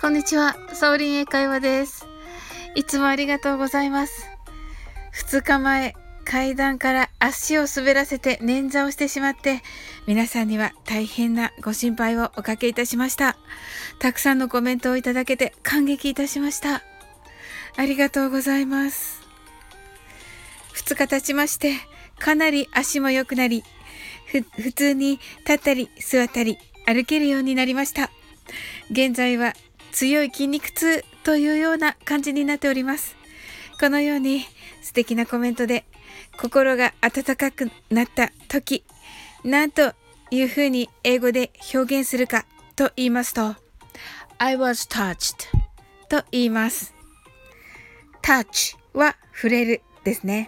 こんにちは、サオリン英会話です。いつもありがとうございます。2日前、階段から足を滑らせて捻挫をしてしまって、皆さんには大変なご心配をおかけいたしました。たくさんのコメントをいただけて感激いたしました。ありがとうございます。2日経ちまして、かなり足も良くなり、普通に立ったり座ったり歩けるようになりました。現在は強い筋肉痛というような感じになっております。このように素敵なコメントで心が温かくなった時、何というふうに英語で表現するかと言いますと、I was touched と言います。touch は触れるですね。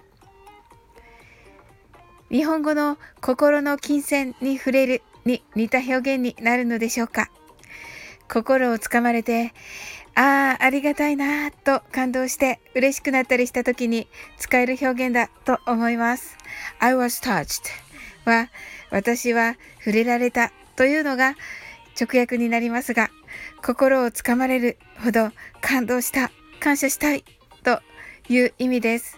日本語の心の金銭に触れるに似た表現になるのでしょうか。心をつかまれて、ありがたいなと感動して嬉しくなったりした時に使える表現だと思います。I was touched は私は触れられたというのが直訳になりますが、心をつかまれるほど感動した、感謝したいという意味です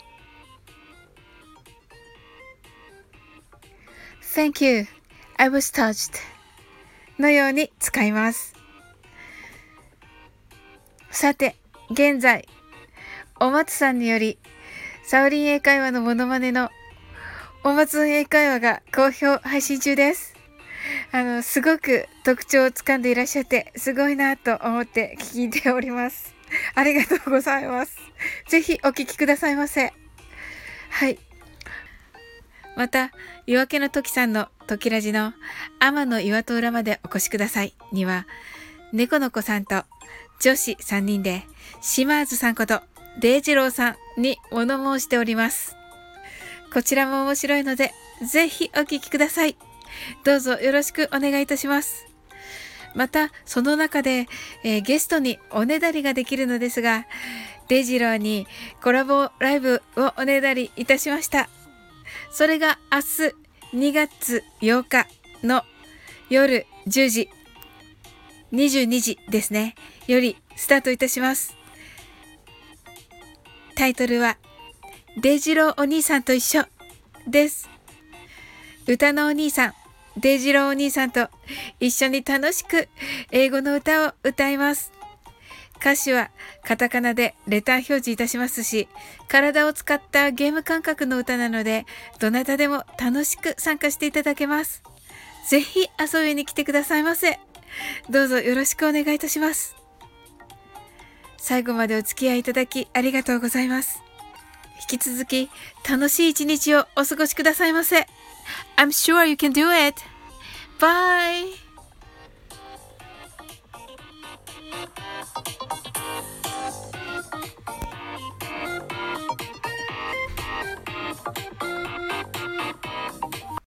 。Thank you, I was touched のように使います。さて、現在、お松さんにより、サオリン英会話のモノマネのお松英会話が好評配信中です。すごく特徴をつかんでいらっしゃって、すごいなと思って聞いております。ありがとうございます。ぜひお聞きくださいませ。はい。また、夜明けの時さんの時ラジの天の岩戸裏までお越しくださいには、猫の子さんと女子3人で島津さんことデイジローさんに物申しております。こちらも面白いので、ぜひお聞きください。どうぞよろしくお願いいたします。また、その中で、ゲストにおねだりができるのですが、デイジローにコラボライブをおねだりいたしました。それが明日2月8日の夜10時、22時ですね、よりスタートいたします。タイトルは、デイジローお兄さんと一緒です。歌のお兄さん、デイジローお兄さんと一緒に楽しく英語の歌を歌います。歌詞はカタカナでレター表示いたしますし、体を使ったゲーム感覚の歌なので、どなたでも楽しく参加していただけます。ぜひ遊びに来てくださいませ。どうぞよろしくお願いいたします。最後までお付き合いいただきありがとうございます。引き続き楽しい一日をお過ごしくださいませ。I'm sure you can do it. Bye!